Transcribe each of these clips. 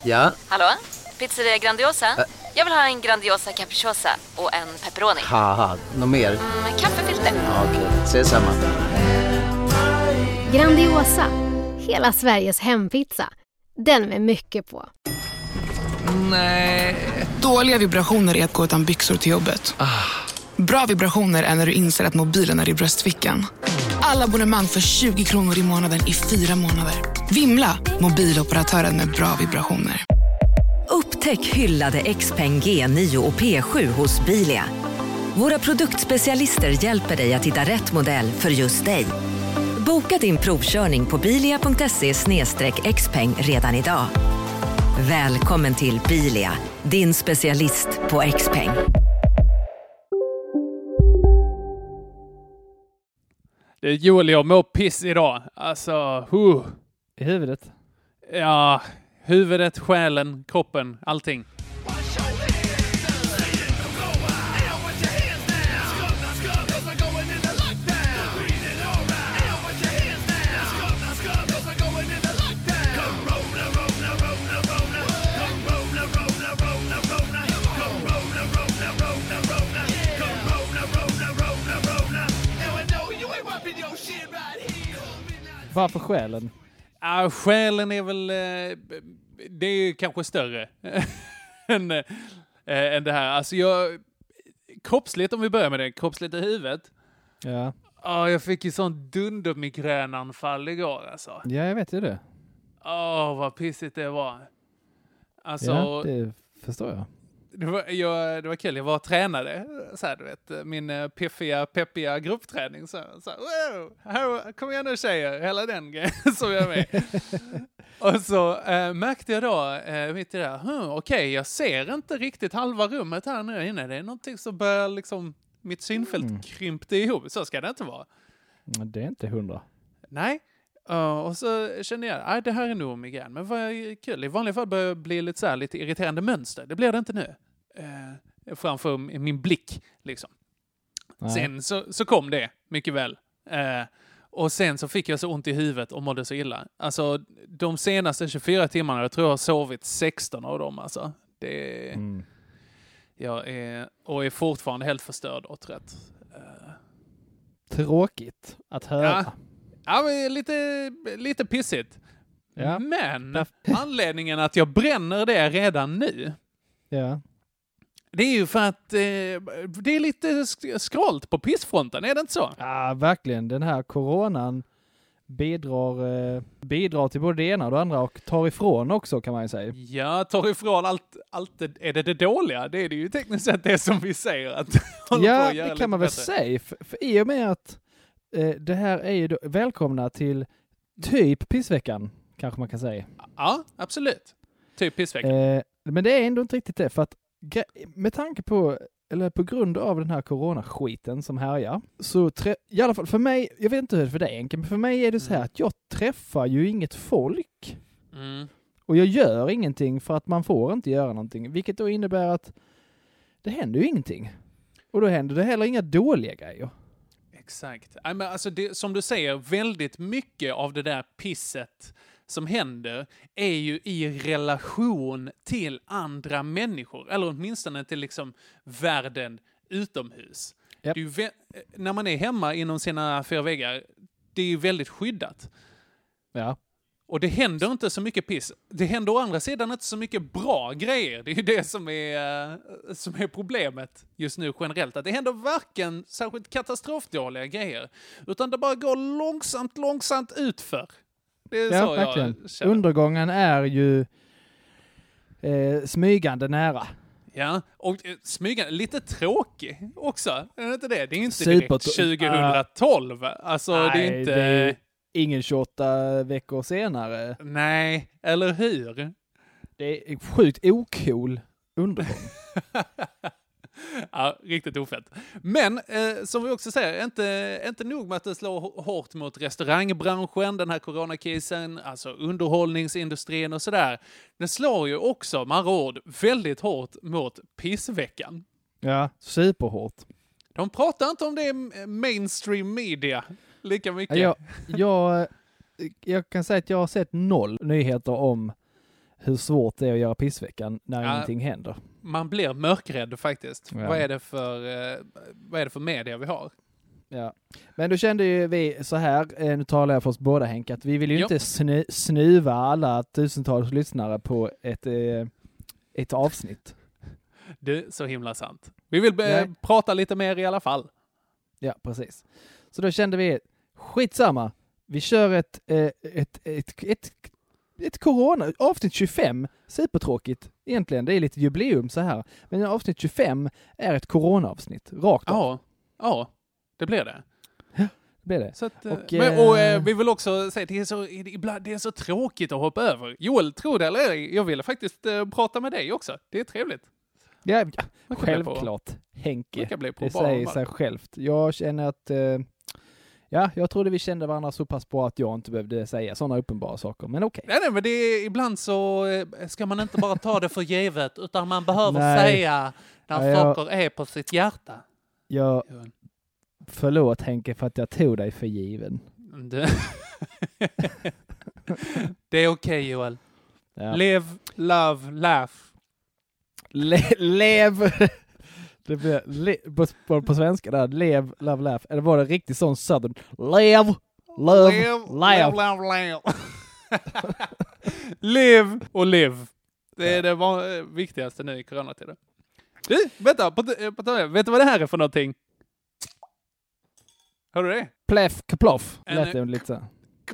Ja? Hallå? Pizzeria Grandiosa? Jag vill ha en Grandiosa capriciosa och en pepperoni. Haha, något mer? Kaffefilter. Ja, okej, ses samma. Grandiosa, hela Sveriges hempizza. Den med mycket på. Nej. Dåliga vibrationer är att gå utan byxor till jobbet. Bra vibrationer är när du inser att mobilen är i bröstfickan. Alla abonnemang för 20 kronor i månaden i 4 månader. Vimla, mobiloperatören med bra vibrationer. Upptäck hyllade XPeng G9 och P7 hos Bilia. Våra produktspecialister hjälper dig att hitta rätt modell för just dig. Boka din provkörning på bilia.se/xpeng redan idag. Välkommen till Bilia, din specialist på XPeng. Det är Joel, jag mår piss idag. Alltså, I huvudet? Ja, huvudet, själen, kroppen, allting. Varför själen? Ja, själen är väl... det är ju kanske större än det här. Alltså kroppsligt, om vi börjar med det. Kroppsligt i huvudet. Ja. Ja, jag fick ju sån dundermigränanfall igår alltså. Ja, jag vet ju det. Vad pissigt det var. Alltså... Ja, det förstår jag. Det var kul, jag var och tränade så här, du vet, min peppiga gruppträning så wow, kom igen nu tjejer, hela den grejen som jag är med. Och så märkte jag då mitt i det här, okej, jag ser inte riktigt halva rummet här nu inne, det är någonting som börjar liksom, mitt synfält krympte ihop, så ska det inte vara. Det är inte 100. Nej. Och så kände jag, det här är nog migrän. Men vad kul, i vanliga fall börjar det bli lite, så här, lite irriterande mönster. Det blir det inte nu. Framför min blick, liksom. Nej. Sen så kom det, mycket väl. Och sen så fick jag så ont i huvudet och mådde så illa. Alltså, de senaste 24 timmarna, jag tror jag har sovit 16 av dem, alltså. Jag är fortfarande helt förstörd och trött. Tråkigt att höra. Ja, men lite pissigt. Ja. Men anledningen att jag bränner det redan nu, det är ju för att det är lite skralt på pissfronten, är det inte så? Ja, verkligen. Den här coronan bidrar till både det ena och det andra och tar ifrån också, kan man ju säga. Ja, tar ifrån allt är det dåliga? Det är det ju tekniskt sett det som vi säger. Att ja, det kan man väl säga. För i och med att det här är ju då, välkomna till typ pissveckan, kanske man kan säga. Ja, absolut. Typ pissveckan. Men det är ändå inte riktigt det, för att med tanke på, eller på grund av den här coronaskiten som härjar, så i alla fall för mig, jag vet inte hur det är för dig Enke, men för mig är det så här att jag träffar ju inget folk. Och jag gör ingenting för att man får inte göra någonting, vilket då innebär att det händer ju ingenting. Och då händer det heller inga dåliga grejer. Exakt. Men alltså som du säger, väldigt mycket av det där pisset som händer är ju i relation till andra människor. Eller åtminstone till liksom världen utomhus. Yep. Det är ju när man är hemma inom sina 4 väggar, det är ju väldigt skyddat. Ja. Och det händer inte så mycket piss. Det händer å andra sidan inte så mycket bra grejer. Det är ju det som är problemet just nu generellt. Att det händer varken särskilt katastrofdåliga grejer. Utan det bara går långsamt utför. Det är så verkligen. Jag känner. Undergången är ju smygande nära. Ja, och smygande, lite tråkig också. Är det inte det? Det är inte direkt 2012. Alltså, nej, det är inte... Det är ingen 28 veckor senare. Nej, eller hur? Det är sjukt ocool undergång. Ja, riktigt ofett. Men som vi också säger, inte nog med att det slår hårt mot restaurangbranschen, den här coronakrisen, alltså underhållningsindustrin och sådär. Det slår ju också, med andra ord, väldigt hårt mot pissveckan. Ja, superhårt. De pratar inte om det i mainstream media lika mycket. Jag kan säga att jag har sett 0 nyheter om hur svårt det är att göra pissveckan när ingenting händer. Man blir mörkrädd faktiskt. Ja. Vad är det för media vi har? Ja. Men då kände ju vi så här, nu talar jag för oss båda Henk, att vi vill ju inte snuva alla tusentals lyssnare på ett avsnitt. Det är så himla sant. Vi vill prata lite mer i alla fall. Ja, precis. Så då kände vi, skitsamma, vi kör ett corona, avsnitt 25, supertråkigt egentligen, det är lite jubileum så här, men avsnitt 25 är ett corona-avsnitt, rakt av. Ja, det blir det. Ja, det blir det. Så att, vi vill också säga att det är så tråkigt att hoppa över. Joel, tror det eller ej, jag ville faktiskt prata med dig också. Det är trevligt. Ja, självklart, Henke. Det säger sig självt. Jag känner att jag trodde vi kände varandra så pass bra att jag inte behövde säga sådana uppenbara saker, men okej. Nej, men ibland så ska man inte bara ta det för givet, utan man behöver säga när saker är på sitt hjärta. Förlåt Henke för att jag tog dig för given. Det är okej, Joel. Ja. Live, love, laugh. Lev. Det blir på svenska där. Lev, love, laugh. Eller var det riktigt sån southern? Lev, love, laugh. Live och live. Det är det viktigaste nu i coronatiden. Du, vänta. Vet du vad det här är för någonting? Hör du det? Pläff, kaploff. Lät det lite så.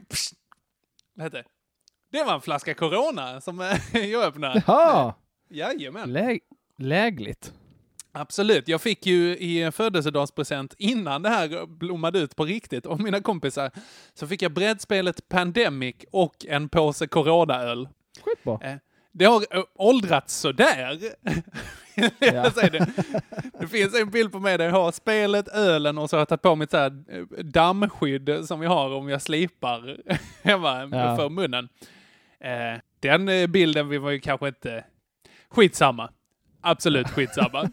Det var en flaska corona som jag öppnade. Jaha! Jajamän. Lägligt. Absolut. Jag fick ju i födelsedagspresent innan det här blommade ut på riktigt av mina kompisar. Så fick jag brädspelet Pandemic och en påse coronaöl. Skitbra. Det har åldrats sådär. Det finns en bild på mig där jag har spelet, ölen och så har jag tagit på mitt så här dammskydd som vi har om jag slipar hemma för munnen. Den bilden vi var ju kanske inte skitsamma. Absolut skitsamma.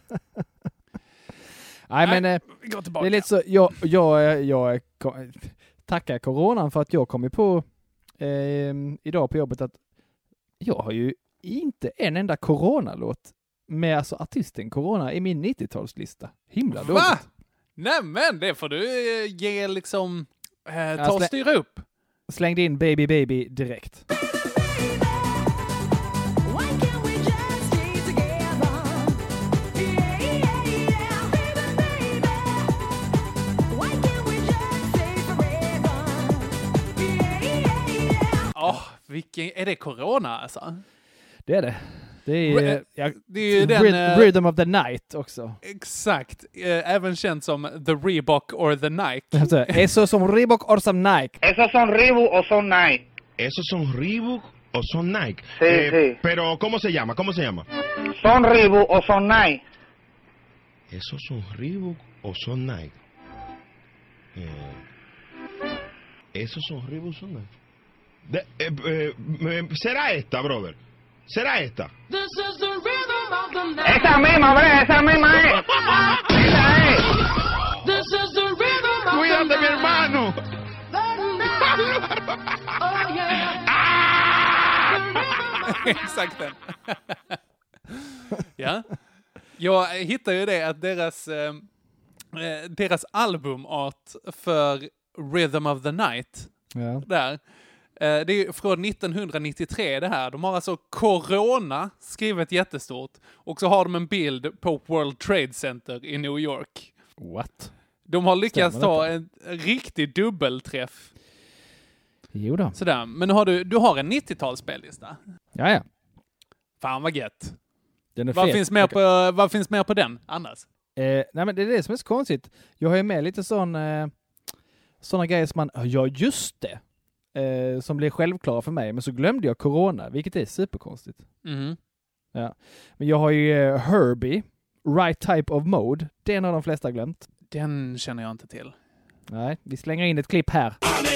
Nej, men det är lite så jag tackar coronan för att jag kom på idag på jobbet att jag har ju inte en enda coronalåt med alltså artisten Corona i min 90-talslista. Himla dåligt. Va? Nämen, det får du ge liksom ta och styra upp. Slängde in Baby Baby direkt. Vilken är det corona alltså? Det är det. Det är ju den Rhythm of the Night också. Exakt. Även känd som The Reebok or the Nike. Eso son Reebok or some Nike. Eso son Reebok o son Nike. Eso son Reebok o son Nike. Sí. Pero ¿cómo se llama? ¿Cómo se llama? Son Reebok o son Nike. Eso son Reebok o son Nike. Eso son Reebok o son Nike. ¿Será esta, brother? ¿Será esta? Esa misma, bre, esa misma es. Esa es. Cuídate, mi hermano. Exakt den. Ja. Jag hittar ju det att deras albumart för Rhythm of the Night där. Det är från 1993 det här. De har alltså Corona skrivet jättestort. Och så har de en bild på World Trade Center i New York. What? De har lyckats ta en riktig dubbelträff. Jo då. Sådär. Men du har en 90-talsspellista. Ja. Fan vad gött. Vad finns mer på den annars? Nej, men det är det som är så konstigt. Jag har ju med lite sådana grejer som just det. Som blev självklara för mig, men så glömde jag corona, vilket är superkonstigt. Mm. Ja. Men jag har ju Herbie, Right Type of Mode. Den har de flesta glömt. Den känner jag inte till. Nej, vi slänger in ett klipp här.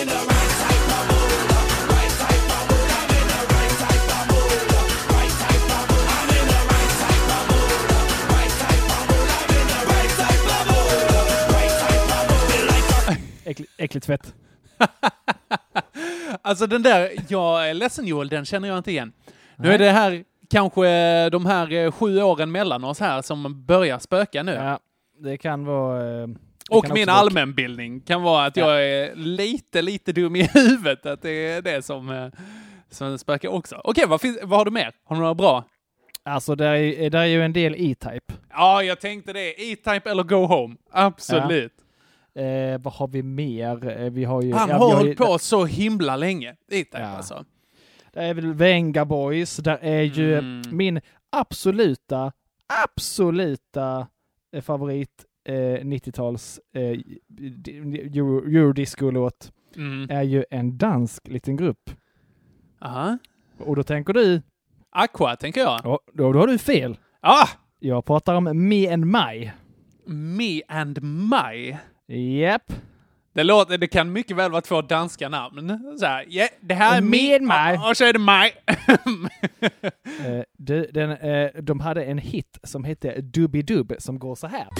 Äckligt fett. Alltså den där, jag är ledsen Joel, den känner jag inte igen. Nu är det här kanske de här 7 åren mellan oss här som börjar spöka nu. Ja, det kan vara... Och min allmänbildning kan vara att jag är lite dum i huvudet. Att det är det som spökar också. Okej, vad har du mer? Har du några bra? Alltså, där är ju en del E-Type. Ja, jag tänkte det. E-Type eller Go Home. Absolut. Ja. Vad har vi mer? Vi har ju... Han har hållit på så himla länge. E-Type alltså. Det är väl Venga Boys. Där är ju min absoluta favorit 90-tals Eurodisco-låt är ju en dansk liten grupp. Aha. Och då tänker du... Aqua, tänker jag. Och då har du fel. Jag pratar om Me and My. Me and My? Japp. Det kan mycket väl vara 2 danska namn. Så här, det här är Me and My. Och så är det My. De hade en hit som hette Dubby Dub som går så här.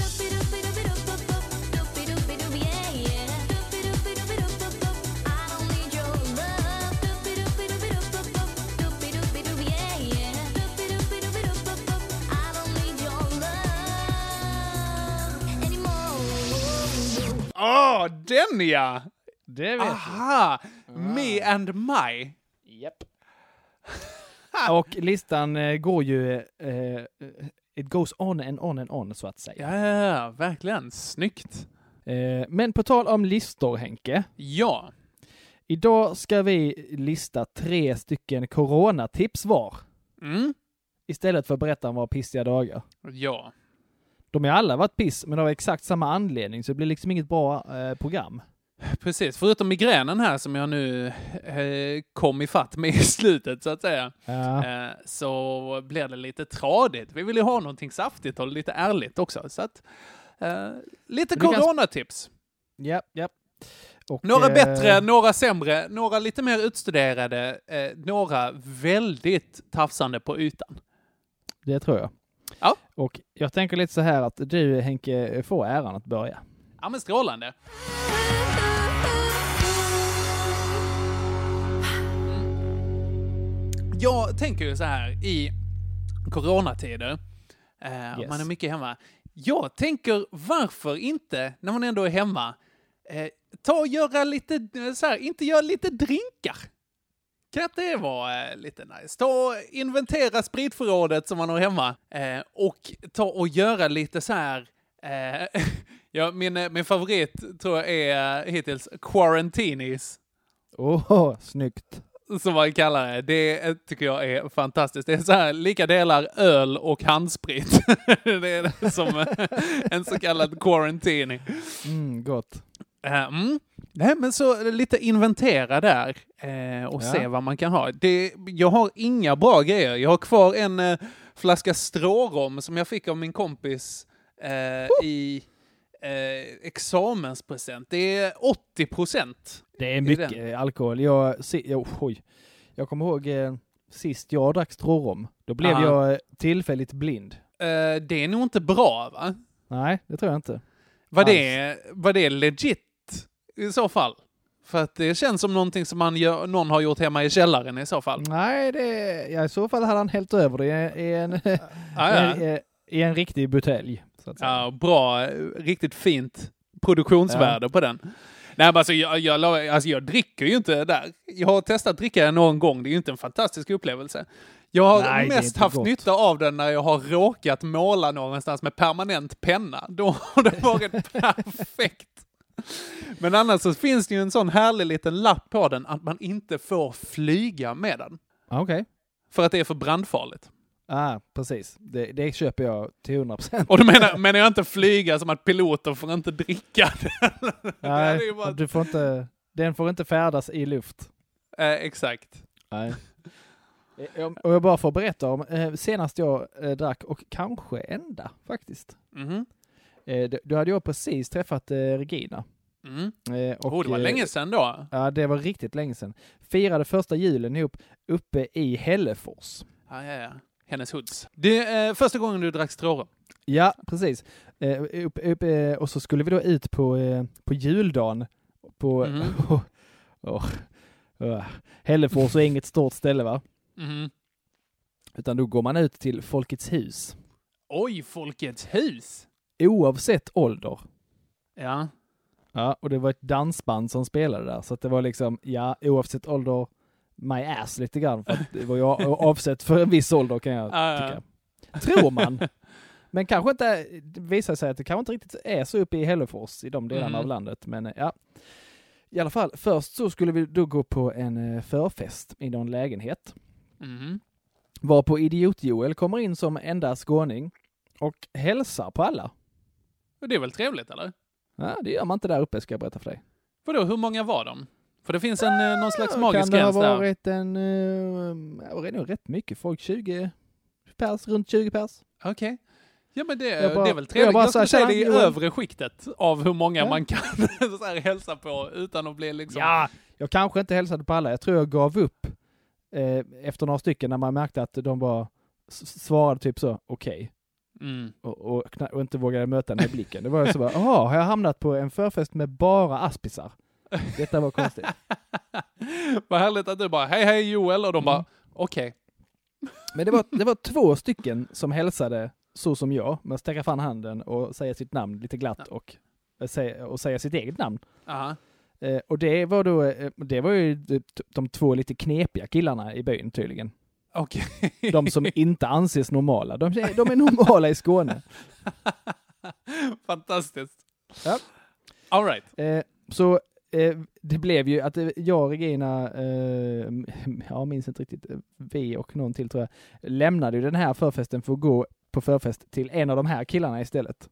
Den ja! Det vet Aha! Me and My. Japp. Och listan går ju... it goes on and on and on, så att säga. Ja, verkligen. Snyggt. Men på tal om listor, Henke. Ja. Idag ska vi lista 3 stycken coronatips var. Istället för att berätta om våra pissiga dagar. Ja. De har alla varit piss, men av exakt samma anledning, så det blir liksom inget bra program. Precis, förutom migränen här som jag nu kom i fatt med i slutet så att säga. Ja. Så blir det lite tradigt. Vi vill ju ha någonting saftigt och lite ärligt också. Så att, lite coronatips. Ja. Och, några bättre, några sämre, några lite mer utstuderade, några väldigt tafsande på ytan. Det tror jag. Ja. Och jag tänker lite så här att du, Henke, får äran att börja. Ja, men strålande. Jag tänker ju så här i coronatider, man är mycket hemma. Jag tänker, varför inte, när man ändå är hemma, ta och göra lite så här, inte göra lite drinkar. Kan inte det vara lite nice? Ta och inventera spritförrådet som man har hemma och ta och göra lite så här. Ja, min favorit tror jag är hittills Quarantinis. Snyggt. Som man kallar det. Det tycker jag är fantastiskt. Det är så här lika delar öl och handsprit. Det är som en så kallad quarantini. Gott. Nej, men så lite inventera där och se vad man kan ha. Jag har inga bra grejer. Jag har kvar en flaska strårom som jag fick av min kompis i examenspresent. Det är 80%. Det är mycket alkohol. Jag kommer ihåg sist jag drack strårom. Då blev jag tillfälligt blind. Det är nog inte bra, va? Nej, det tror jag inte. Var det legit i så fall? För att det känns som någonting som någon har gjort hemma i källaren i så fall. Nej, i så fall hade han hällt över det i en riktig butelj. Så att säga. Ja, bra. Riktigt fint produktionsvärde på den. Nej, men alltså, jag dricker ju inte där. Jag har testat att dricka någon gång. Det är ju inte en fantastisk upplevelse. Jag har mest haft nytta av den när jag har råkat måla någonstans med permanent penna. Då har det varit perfekt. Men annars så finns det ju en sån härlig liten lapp på den att man inte får flyga med den. Okej. För att det är för brandfarligt. Precis. Det köper jag till 100%. Och då menar jag inte flyga som att piloter får inte dricka den. Nej, den får inte färdas i luft. Exakt. Nej. Och jag bara får berätta om senast jag drack, och kanske enda faktiskt. Då hade jag precis träffat Regina. Och det var länge sedan då. Ja, det var riktigt länge sedan. Firade första julen ihop uppe i Hällefors. Ja. Hennes hoods. Det är första gången du drack strårom. Ja, precis. Och så skulle vi då ut på juldagen. Hällefors är inget stort ställe, va? Utan då går man ut till Folkets hus. Oj, Folkets hus! Oavsett ålder. Ja. Ja, och det var ett dansband som spelade där. Så att det var liksom, oavsett ålder, my ass lite grann. För att det var ju avsett för en viss ålder kan jag tycka. Tror man. Men kanske inte, det visar sig att det kanske inte riktigt är så uppe i Hällefors i de delarna av landet. Men ja, i alla fall, först så skulle vi då gå på en förfest i någon lägenhet. Var på Idiot-Joel kommer in som enda skåning och hälsar på alla. Och det är väl trevligt, eller? Ja, det gör man inte där uppe, ska jag berätta för dig. Vadå, hur många var de? För det finns någon slags magisk gräns där. Kan det ha varit nog rätt mycket folk, 20 pers, runt 20 pers. Okej. Ja, men det är väl trevligt. Jag skulle säga det i övre skiktet av hur många man kan så här hälsa på utan att bli liksom... Ja, jag kanske inte hälsade på alla. Jag tror jag gav upp efter några stycken när man märkte att de var svarade typ så, okej. Och inte vågade möta den här blicken. Det var ju så bara, har jag hamnat på en förfest med bara aspisar? Detta var konstigt. Vad härligt att du bara, hej Joel, och de bara, okej. Men det var 2 stycken som hälsade så som jag, med att sträcka fram handen och säga sitt namn lite glatt och säga sitt eget namn. Och det var ju de 2 lite knepiga killarna i byn tydligen. Okay. De som inte anses normala. De är normala i Skåne. Fantastiskt. Ja. All right. Så det blev ju att jag och Regina, jag minns inte riktigt, vi och någon till tror jag, lämnade ju den här förfesten för att gå på förfest till en av de här killarna istället.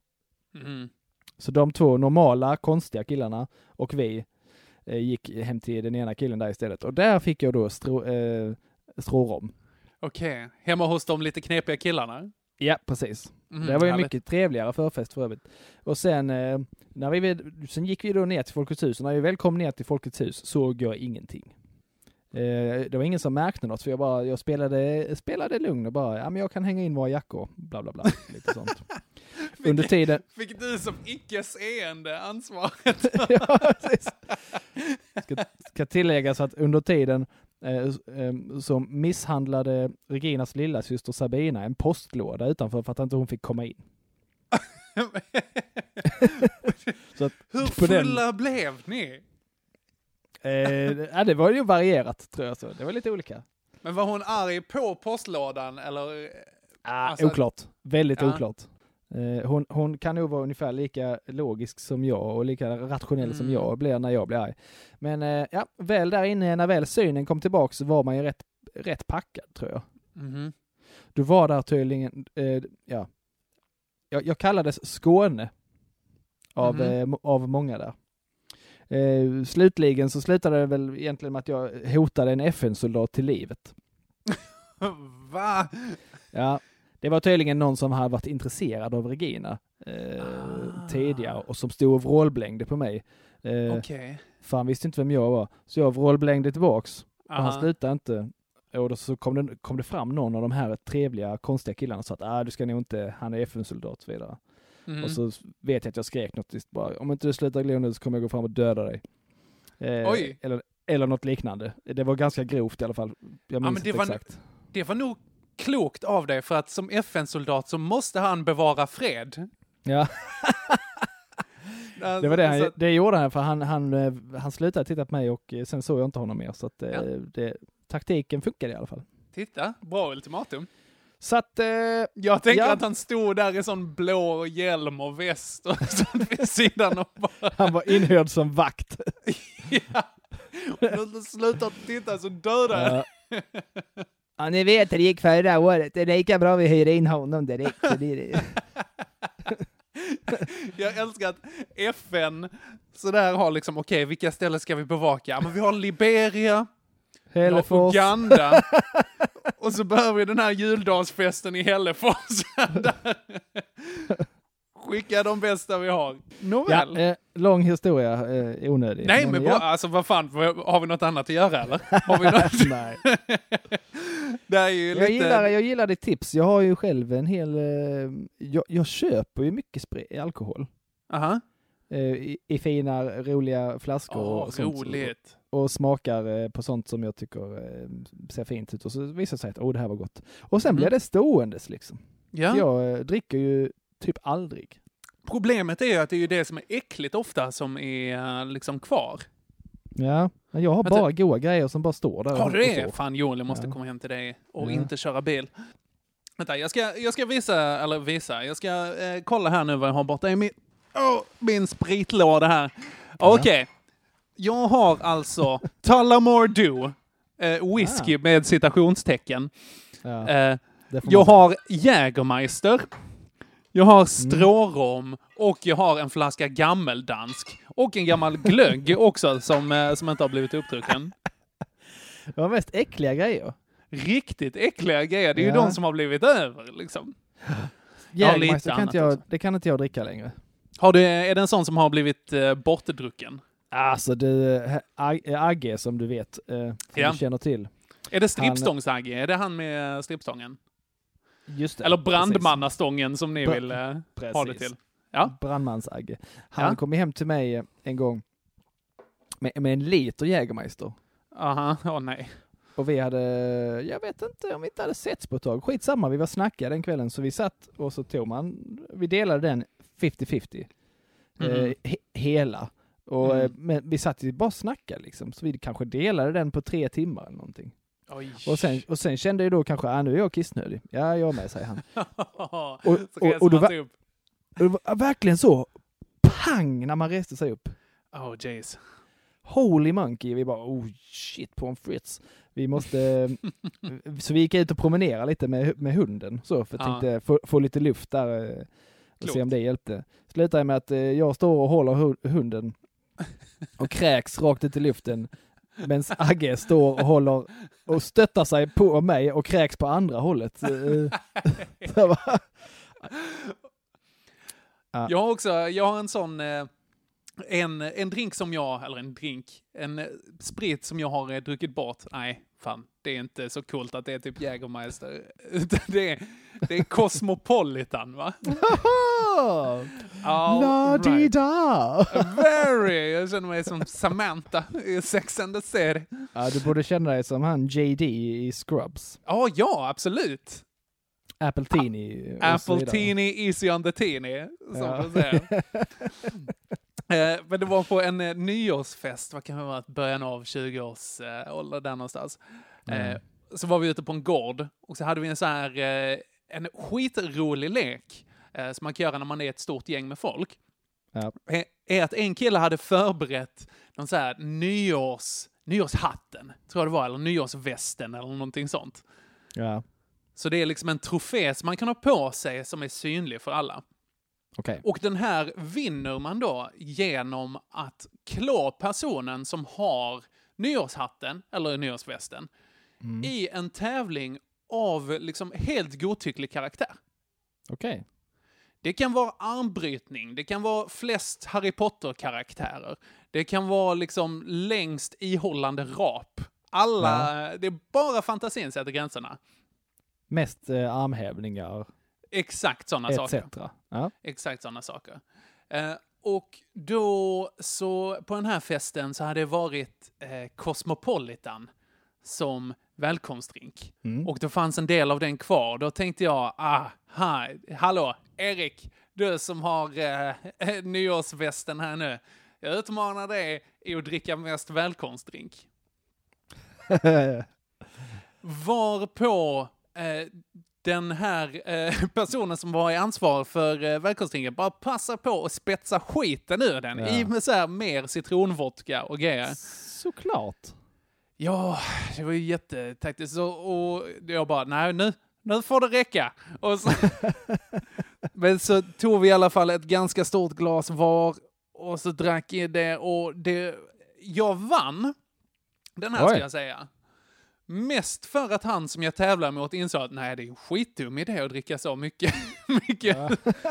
Så de 2 normala, konstiga killarna och vi gick hem till den ena killen där istället. Och där fick jag då strårom. Okej. Hemma hos de lite knepiga killarna? Ja, precis. Det var ju mycket trevligare förfest för övrigt. Och sen, sen gick vi då ner till Folkets hus. Och när vi väl kom ner till Folkets hus såg jag ingenting. Det var ingen som märkte något. För jag spelade lugn och bara, men jag kan hänga in våra jackor. Bla bla bla. Lite sånt. Under tiden... Fick du som icke-seende ansvaret? Ja, precis. Ska tilläggas att under tiden så misshandlade Reginas lilla syster Sabina en postlåda utanför för att inte hon fick komma in. Så att hur fulla blev ni? Det var ju varierat tror jag. Så. Det var lite olika. Men var hon arg på postlådan? Eller? Oklart. Väldigt oklart. Hon kan nog vara ungefär lika logisk som jag och lika rationell som jag blir när jag blir arg. Men väl där inne, när väl synen kom tillbaka så var man ju rätt packad tror jag. Du var där tydligen, jag kallades Skåne av många där. Slutligen så slutade det väl egentligen med att jag hotade en FN-soldat till livet. Va? Ja. Det var tydligen någon som hade varit intresserad av Regina tidigare och som stod och vrålblängde på mig. Okay. För han visste inte vem jag var. Så jag vrålblängde tillbaks. Och han slutade inte. Och då så kom det fram någon av de här trevliga, konstiga killarna och sa att du ska nog inte, han är FN-soldat och så vidare. Och så vet jag att jag skrek något bara, om inte du slutar glömma nu så kommer jag gå fram och döda dig. Eller något liknande. Det var ganska grovt i alla fall. Jag minns inte exakt. Det var nog klokt av dig, för att som FN-soldat så måste han bevara fred. Ja. Det var det gjorde han, för han slutade titta på mig och sen såg jag inte honom mer. Så att taktiken funkade i alla fall. Titta, bra ultimatum. Så att, jag tänker att han stod där i sån blå hjälm och väst och sånt vid sidan och bara... Han var inhörd som vakt. Ja. Och sluta titta så dödade. Ja, ni vet att det gick förra året. Det är lika bra vi hyr in honom direkt. Jag älskar att FN så där har liksom, okej, vilka ställen ska vi bevaka? Men vi har Liberia, Hällefors, Uganda och så behöver vi den här juldagsfesten i Hällefors. Skicka de bästa vi har. Nåväl. Ja, lång historia, onödig. Nej, men alltså vad fan, har vi något annat att göra eller? Har vi något? Nej. Det är ju jag gillar ditt tips. Jag har ju själv en hel... Jag köper ju mycket alkohol. Aha. i fina, roliga flaskor. Och sånt. Roligt. Och smakar på sånt som jag tycker ser fint ut. Och så visar det sig att det här var gott. Och sen blir det ståendes liksom. Ja. Så jag dricker ju typ aldrig. Problemet är ju att det är ju det som är äckligt ofta som är liksom kvar. Ja, men jag har bara goda grejer som bara står där. Ja, det är fan Joel, jag måste komma hem till dig och inte köra bil. Vänta, jag ska visa. Jag ska kolla här nu vad jag har borta i min spritlåda här. Okej. Jag har alltså Tullamore Dew whisky med citationstecken. Ja, jag har Jägermeister. Jag har strårom och jag har en flaska gammeldansk. Och en gammal glögg också som inte har blivit uppdrucken. Det var mest äckliga grejer. Riktigt äckliga grejer. Det är ju de som har blivit över liksom. Jägermeister kan inte jag dricka längre. Är det en sån som har blivit bortdrucken? Alltså Agge som du vet, som du känner till. Är det strippstångs-Agge? Är det han med strippstången? Just det. Eller brandmannastången som ni vill ha det till? Ja. Brandmans-Agge. Han kom hem till mig en gång med en liter Jägermeister. Aha, nej. Och vi hade, jag vet inte om vi inte hade setts på ett tag. Skitsamma, vi var snackade den kvällen så vi satt och så vi delade den 50-50. Hela. Och men vi satt ju bara och snackade liksom. Så vi kanske delade den på 3 timmar eller någonting. Oj. Och sen kände jag då kanske, nu är jag kissnödig. Ja, jag med, säger han. och det var verkligen så pang när man reste sig upp. Oh, jeez. Holy monkey. Vi bara, shit, på en Fritz. Vi måste... så vi gick ut och promenera lite med hunden. Så, för jag tänkte få lite luft där och se om det hjälpte. Slutade med att jag står och håller hunden och kräks rakt ut i luften. Men Agge står och håller och stöttar sig på mig och kräks på andra hållet. Jag har en sån en drink som en sprit som jag har druckit bort. Nej, fan, det är inte så coolt att det är typ Jägermeister. Det är Cosmopolitan, va? La-di-da! Very! Jag känner mig som Samantha i Sex and the City. Ja, du borde känna dig som han JD i Scrubs. Ja, absolut. Apple Teeny. Apple Teeny, easy on the teeny. Som du säger. Men det var på en nyårsfest, vad kan det vara, början av 20-års ålder där någonstans. Så var vi ute på en gård och så hade vi en så här en skitrolig lek som man kan göra när man är ett stort gäng med folk. Ja. Är att en kille hade förberett någon så här nyårshatten, tror jag det var, eller nyårsvästen eller någonting sånt. Ja. Så det är liksom en trofé som man kan ha på sig som är synlig för alla. Okay. Och den här vinner man då genom att klå personen som har nyårshatten eller nyårsvästen i en tävling av liksom helt godtycklig karaktär. Okay. Det kan vara armbrytning, det kan vara flest Harry Potter-karaktärer, det kan vara liksom längst ihållande rap. Det är bara fantasin sätter gränserna. Mest armhävningar. Exakt sådana saker. Ja. Exakt sådana saker. Och då så på den här festen så hade det varit Cosmopolitan som välkomstdrink. Och då fanns en del av den kvar. Då tänkte jag, hallå, Erik, du som har nyårsvästen här nu. Jag utmanar dig i att dricka mest välkomstdrink. Varpå den här personen som var i ansvar för välkomstdrinken bara passa på att spetsa skiten ur den i med så här mer citronvodka och grejer. Såklart. Ja, det var ju jättetaktiskt. Och jag bara, nej, nu får det räcka. Och så, men så tog vi i alla fall ett ganska stort glas var och så drack jag det. Och jag vann den här, ska jag säga. Mest för att han som jag tävlar mot insåg att nej, det är en skitdum idé att dricka så mycket. Ja.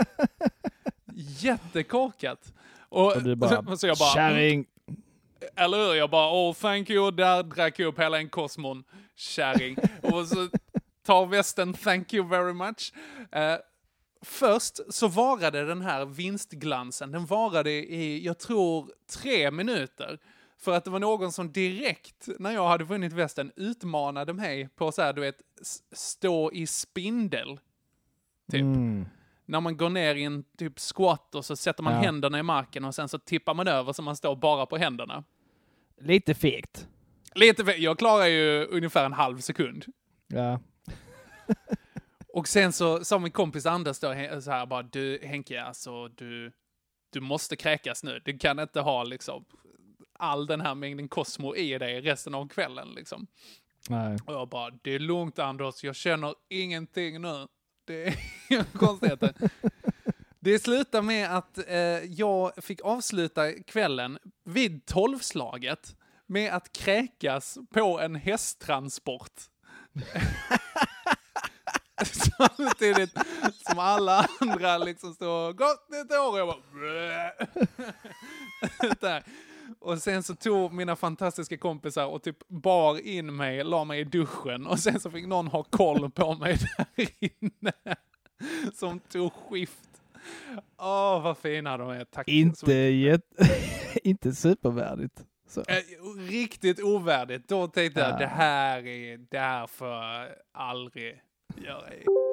Jättekorkat. Och du bara, så jag bara, kärring. Eller hur? Jag bara, thank you. Där drack jag upp hela en kosmon, kärring. Och så tar västen, thank you very much. först så varade den här vinstglansen. Den varade i, jag tror, 3 minuter. För att det var någon som direkt, när jag hade vunnit västen, utmanade mig på så här, du vet, stå i spindel. Typ. När man går ner i en typ squat och så sätter man händerna i marken och sen så tippar man över så man står bara på händerna. Lite fegt. Jag klarar ju ungefär en halv sekund. Ja. Och sen så sa min kompis Anders då så här bara, du Henke, alltså du måste kräkas nu. Du kan inte ha liksom all den här mängden Cosmo i dig resten av kvällen liksom. Nej. Och jag bara, det är lugnt Anders, jag känner ingenting nu. Det är konstigheter. Det slutar med att jag fick avsluta kvällen vid 12-slaget med att kräkas på en hästtransport. Samtidigt som alla andra liksom står gott nytt år och jag bara där. Och sen så tog mina fantastiska kompisar och typ bar in mig, la mig i duschen och sen så fick någon ha koll på mig där inne som tog skift. Vad fina de är. Tack. Inte supervärdigt. Så. Riktigt ovärdigt. Då tänkte jag, det här får jag aldrig göra.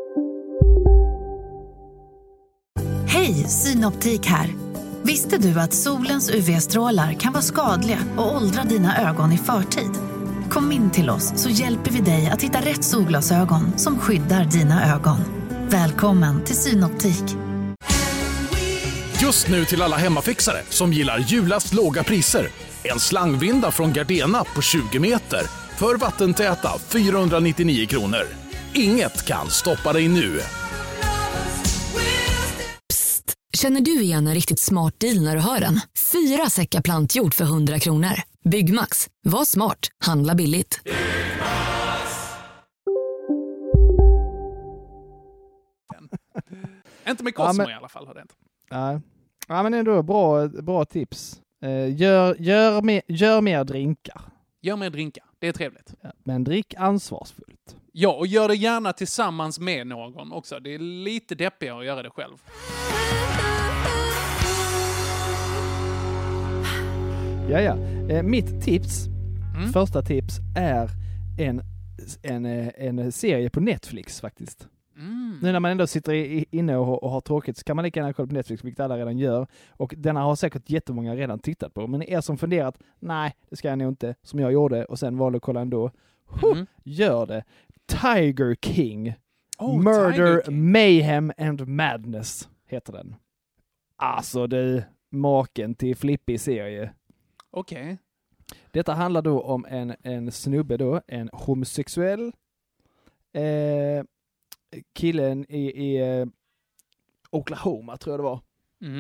Hej, Synoptik här. Visste du att solens UV-strålar kan vara skadliga och åldra dina ögon i förtid? Kom in till oss så hjälper vi dig att hitta rätt solglasögon som skyddar dina ögon. Välkommen till Synoptik. Just nu till alla hemmafixare som gillar Julas låga priser. En slangvinda från Gardena på 20 meter för vattentäta 499 kronor. Inget kan stoppa dig nu. Psst, känner du igen en riktigt smart deal när du hör den? 4 säckar plantjord för 100 kronor. Byggmax, var smart, handla billigt. Inte med Cosmo i alla fall har det inte. Nej. Ja, men ändå bra tips. Gör mer drinkar. Gör mer drinkar, det är trevligt. Ja, men drick ansvarsfullt. Ja, och gör det gärna tillsammans med någon också. Det är lite deppigare att göra det själv. Ja. Mitt tips, första tips, är en serie på Netflix faktiskt. Nu när man ändå sitter inne och har tråkigt så kan man lika gärna kolla på Netflix, vilket alla redan gör. Och denna har säkert jättemånga redan tittat på. Men er som funderat, nej, det ska jag nog inte, som jag gjorde och sen valde att kolla ändå. Gör det. Tiger King. Murder, Tiger King. Mayhem and Madness heter den. Alltså det maken till flippig serie. Okej. Detta handlar då om en snubbe då, en homosexuell killen i Oklahoma tror jag det var.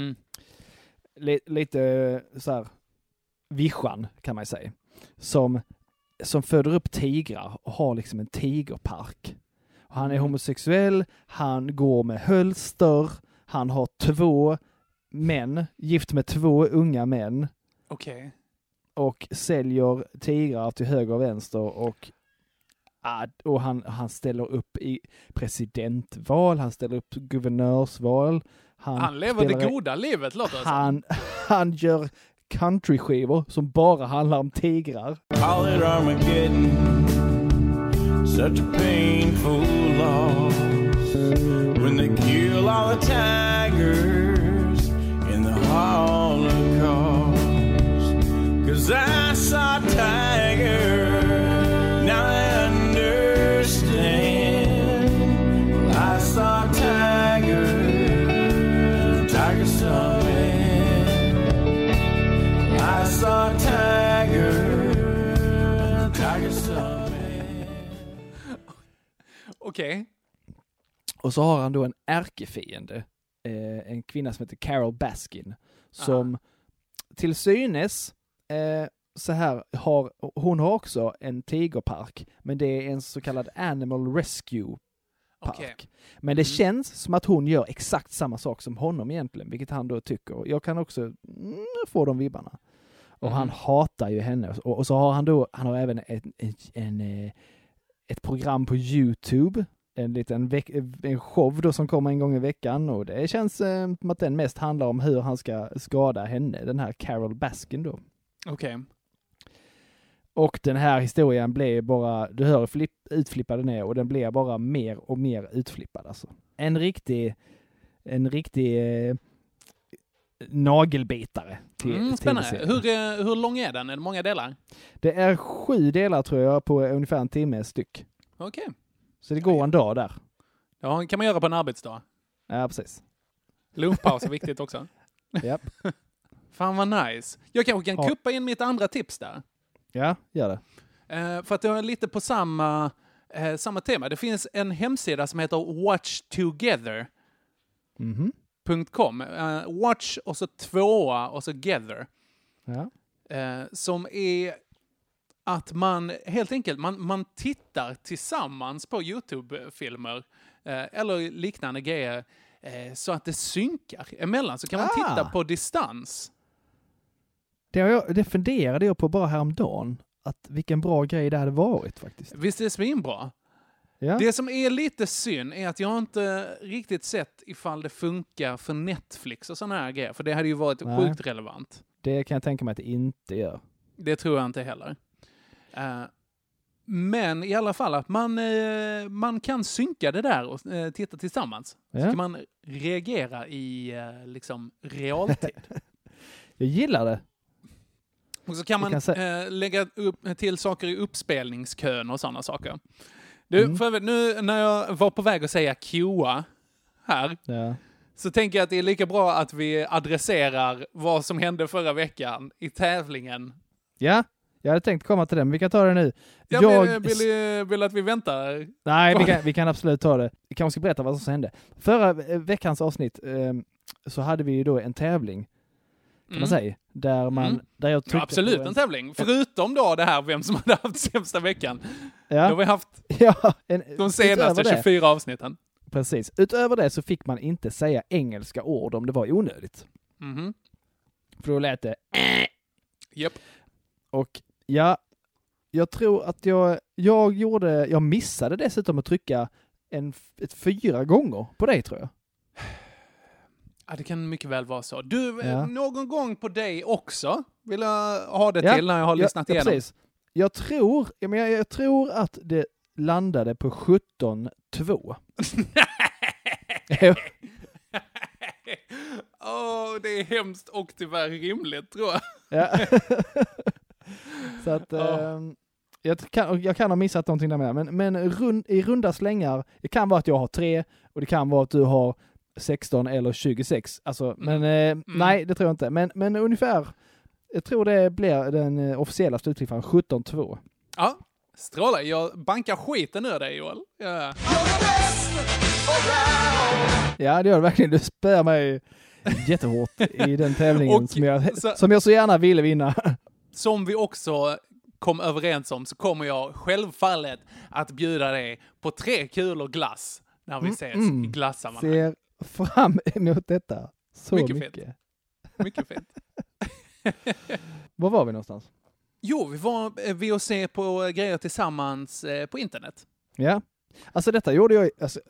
Lite så här vischan kan man säga. Som föder upp tigrar och har liksom en tigerpark. Och han är homosexuell, han går med hölster, han har 2 män, gift med 2 unga män. Okej. Och säljer tigrar till höger och vänster och han ställer upp i presidentval, han ställer upp guvernörsval. Han lever det goda livet, låter det han gör countryskivor som bara handlar om tigrar. Call it Armageddon, such a painful loss, when they kill all the tigers in the Holocaust, 'cause I saw tiger, now I understand, well, I saw tiger saw man, I saw tiger saw man. Okej. Och så har han då en ärkefiende, en kvinna som heter Carol Baskin, som till synes så här hon har också en tigerpark, men det är en så kallad Animal Rescue park. Okay. Men det känns som att hon gör exakt samma sak som honom egentligen, vilket han då tycker. Jag kan också få de vibbarna. Och han hatar ju henne. Och så har han har även ett program på YouTube en liten en show då som kommer en gång i veckan, och det känns som att den mest handlar om hur han ska skada henne, den här Carol Baskin då. Okej. Och den här historien blev bara, du hör utflippad ner, och den blir bara mer och mer utflippad alltså. En riktig nagelbitare till spännande. Hur lång är den? Är det många delar? Det är 7 delar tror jag, på ungefär en timme styck. Okej. Så det går en dag där. Ja, kan man göra på en arbetsdag. Ja, precis. Lunchpaus är viktigt också. Japp. Fan vad nice. Jag kanske kan kuppa in mitt andra tips där. Ja, gör det. För att jag är lite på samma tema. Det finns en hemsida som heter watchtogether.com. Watch och så 2 och så gather. Ja. Som är att man helt enkelt man tittar tillsammans på YouTube-filmer eller liknande grejer så att det synkar emellan. Så kan man titta på distans. Det funderade jag på bara häromdagen. Att vilken bra grej det hade varit faktiskt. Visst är det svinbra? Ja. Det som är lite synd är att jag inte riktigt sett ifall det funkar för Netflix och sådana här grejer. För det hade ju varit sjukt relevant. Det kan jag tänka mig att det inte gör. Det tror jag inte heller. Men i alla fall att man kan synka det där och titta tillsammans. Så kan man reagera i liksom realtid. Jag gillar det. Och så kan man lägga till saker i uppspelningskön och sådana saker. För övrigt, nu när jag var på väg att säga QA här så tänker jag att det är lika bra att vi adresserar vad som hände förra veckan i tävlingen. Ja, jag hade tänkt komma till den. Vi kan ta det nu. Jag vill att vi väntar. Nej, vi kan absolut ta det. Vi kanske ska berätta vad som hände. Förra veckans avsnitt så hade vi ju då en tävling. Kan man säga. Där jag tryckte absolut en tävling. Förutom då det här vem som hade haft sämsta veckan. Ja. Då har vi haft de senaste 24 avsnitten. Precis. Utöver det så fick man inte säga engelska ord om det var onödigt. För då lät det Japp. Och jag tror att jag missade dessutom att trycka 4 gånger på dig tror jag. Ja, det kan mycket väl vara så. Du, någon gång på dig också vill jag ha det till när jag har lyssnat igenom. Precis. Jag tror att det landade på 17-2. Det är hemskt och tyvärr rimligt, tror jag. Ja. Så att jag kan ha missat någonting där med. Men i runda slängar, det kan vara att jag har 3 och det kan vara att du har 16 eller 26. Alltså, men nej, det tror jag inte. Men ungefär, jag tror det blir den officiella slutsiffran 17-2. Ja, strålar. Jag bankar skiten ur dig, Joel. Ja, det gör det verkligen. Du spär mig jättehårt i den tävlingen som jag så gärna ville vinna. Som vi också kom överens om så kommer jag självfallet att bjuda dig på 3 kulor glass när vi ses i glassammanhang. Ser fram emot detta så mycket. Fint. Mycket fint. Var vi någonstans? Jo, vi var vid att se på grejer tillsammans på internet. Ja, alltså detta gjorde jag... Alltså,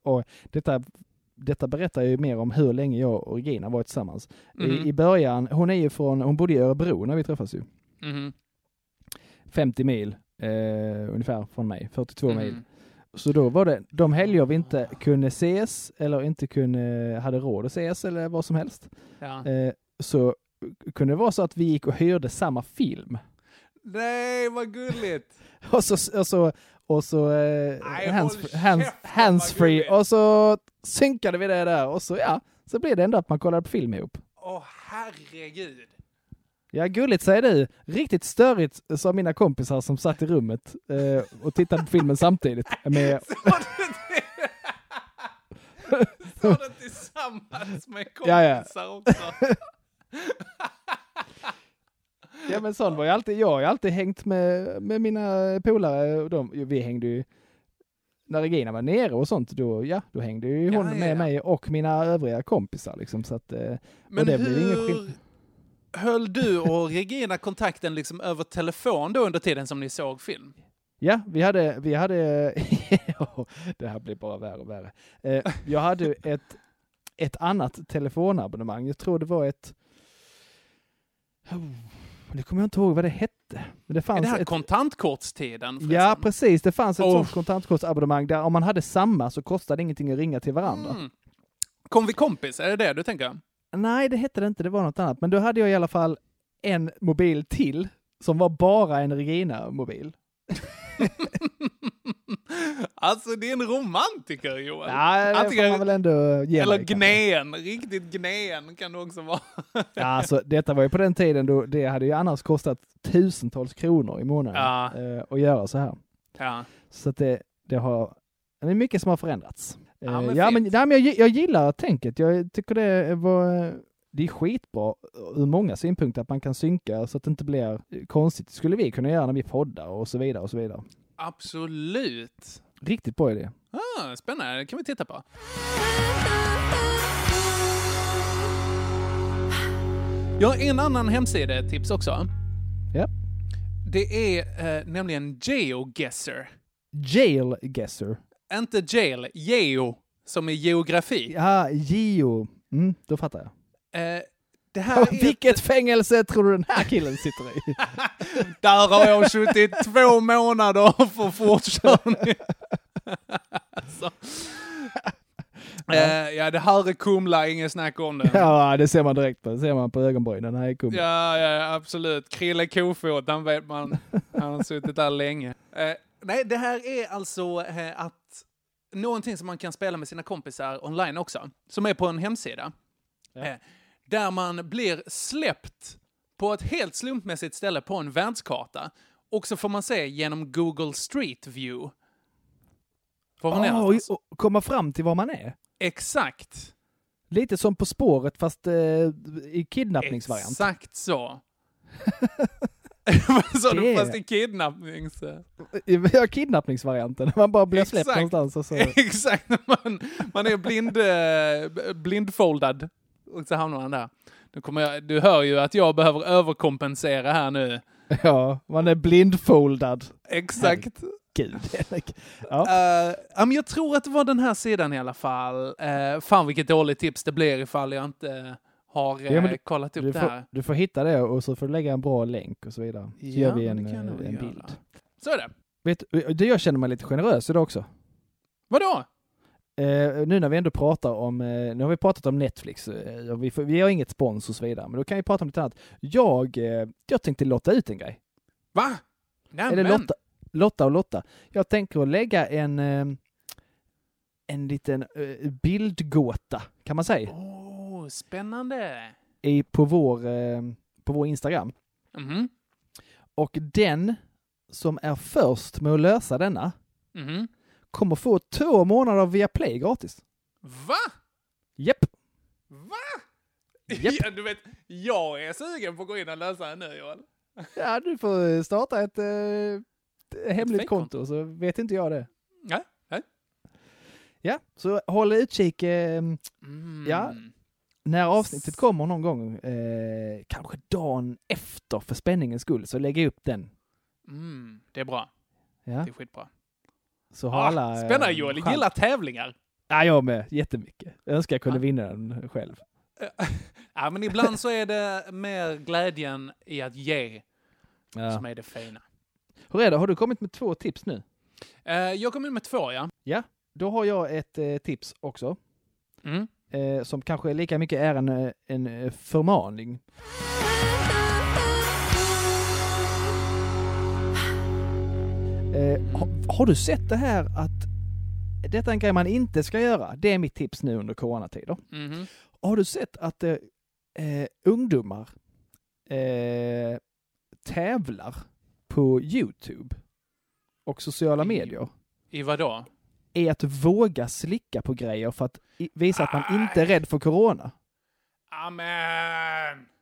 detta berättar ju mer om hur länge jag och Regina varit tillsammans. I början, hon bodde i Örebro när vi träffas ju. 50 mil ungefär från mig, 42 mil. Så då var det de helger vi inte kunde ses eller inte hade råd att ses eller vad som helst. Ja. Så kunde det vara så att vi gick och hörde samma film. Nej, vad gulligt! och så handsfree och så synkade vi det där och så så blev det ändå att man kollade på film ihop. Herregud! Ja, gulligt säger du. Riktigt störigt sa mina kompisar som satt i rummet och tittade på filmen samtidigt. Så det tillsammans med kompisar också. Ja, men sån var jag alltid. Jag har alltid hängt med mina polare. Vi hängde ju när Regina var nere och sånt. Då hängde ju hon med mig och mina övriga kompisar. Liksom, så att, men det hur höll du och Regina kontakten liksom över telefon då under tiden som ni såg film? Ja, vi hade det här blir bara värre och värre. Jag hade ett annat telefonabonnemang. Jag tror det var det kommer jag inte ihåg vad det hette. Men det fanns är det här kontantkortstiden? Förresten? Ja, precis. Det fanns ett sånt kontantkortsabonnemang där om man hade samma så kostade ingenting att ringa till varandra. Kom vi kompis? Är det du tänker? Nej, det hette det inte. Det var något annat. Men då hade jag i alla fall en mobil till som var bara en Regina-mobil. Alltså, det är en romantiker, Johan. Ja, det får man väl ändå ge eller mig, gnäen. Riktigt gnäen kan det också vara. Ja, alltså, detta var ju på den tiden då det hade ju annars kostat tusentals kronor i månaden att göra så här. Ja. Så att det är mycket som har förändrats. Men jag gillar tänket. Jag tycker det är skitbra ur många synpunkter att man kan synka så att det inte blir konstigt. Det skulle vi kunna göra när vi poddar och så vidare och så vidare. Absolut. Riktigt bra idé. Spännande, det kan vi titta på. Jag har en annan hemsidetips också. Ja. Det är nämligen GeoGuessr. GeoGuessr. Inte jail, geo, som är geografi. Ja, geo. Då fattar jag. Det här är vilket fängelse tror du den här killen sitter i? Där har jag suttit 2 månader för fortkörning. Alltså. Ja, det här är Kumla, ingen snack om det. Ja, det ser man direkt på. Det ser man på ögonbrynen. Den här är Kumla. Ja, absolut. Krille Kofot, han vet man. Han har suttit där länge. Nej, det här är alltså att någonting som man kan spela med sina kompisar online också. Som är på en hemsida. Ja. Där man blir släppt på ett helt slumpmässigt ställe på en världskarta. Och så får man se genom Google Street View var man är någonstans. Och komma fram till var man är. Exakt. Lite som På spåret fast i kidnappningsvariant. Exakt så. Fast i kidnappnings... Ja, kidnappningsvarianten. Man bara blir släppt någonstans. Och så. Exakt. Man är blindfoldad. Och så hamnar man där. Du hör ju att jag behöver överkompensera här nu. Ja, man är blindfoldad. Exakt. Gud, ja. Men jag tror att det var den här sidan i alla fall. Fan vilket dåligt tips det blir ifall jag inte har kollat upp det här. Du får hitta det och så får du lägga en bra länk och så vidare. Så gör vi en bild. Så är det. Vet du, jag känner mig lite generös idag också. Vadå? Nu när vi ändå pratar om, nu har vi pratat om Netflix, vi har inget spons och så vidare, men då kan vi prata om lite annat. Jag tänkte lotta ut en grej. Va? Eller Lotta. Jag tänker att lägga en liten bildgåta, kan man säga. Spännande. På vår Instagram. Mm-hmm. Och den som är först med att lösa denna kommer få 2 månader av Viaplay gratis. Va? Japp. Va? Yep. Ja, du vet, jag är sugen på att gå in och lösa den nu, Johan. Ja, du får starta ett hemligt konto, så vet inte jag det. Nej. Ja, så håll utkik. Ja, när avsnittet kommer någon gång, kanske dagen efter för spänningens skull, så lägger jag upp den. Det är bra. Ja. Det är skitbra. Så har alla, spännande, Joel. Jag gillar tävlingar. Ja, jag med. Jättemycket. Jag önskar jag kunde vinna den själv. Ja, men ibland så är det mer glädjen i att ge som är det fina. Hur är det? Har du kommit med 2 tips nu? Jag kom in med 2, ja. Ja, då har jag ett tips också. Som kanske är lika mycket är en förmaning. Har du sett det här att detta är en grej man inte ska göra? Det är mitt tips nu under coronatider. Har du sett att ungdomar tävlar på YouTube och sociala medier? I vad då? I att våga slicka på grejer för att visa att man inte är rädd för corona. Amen!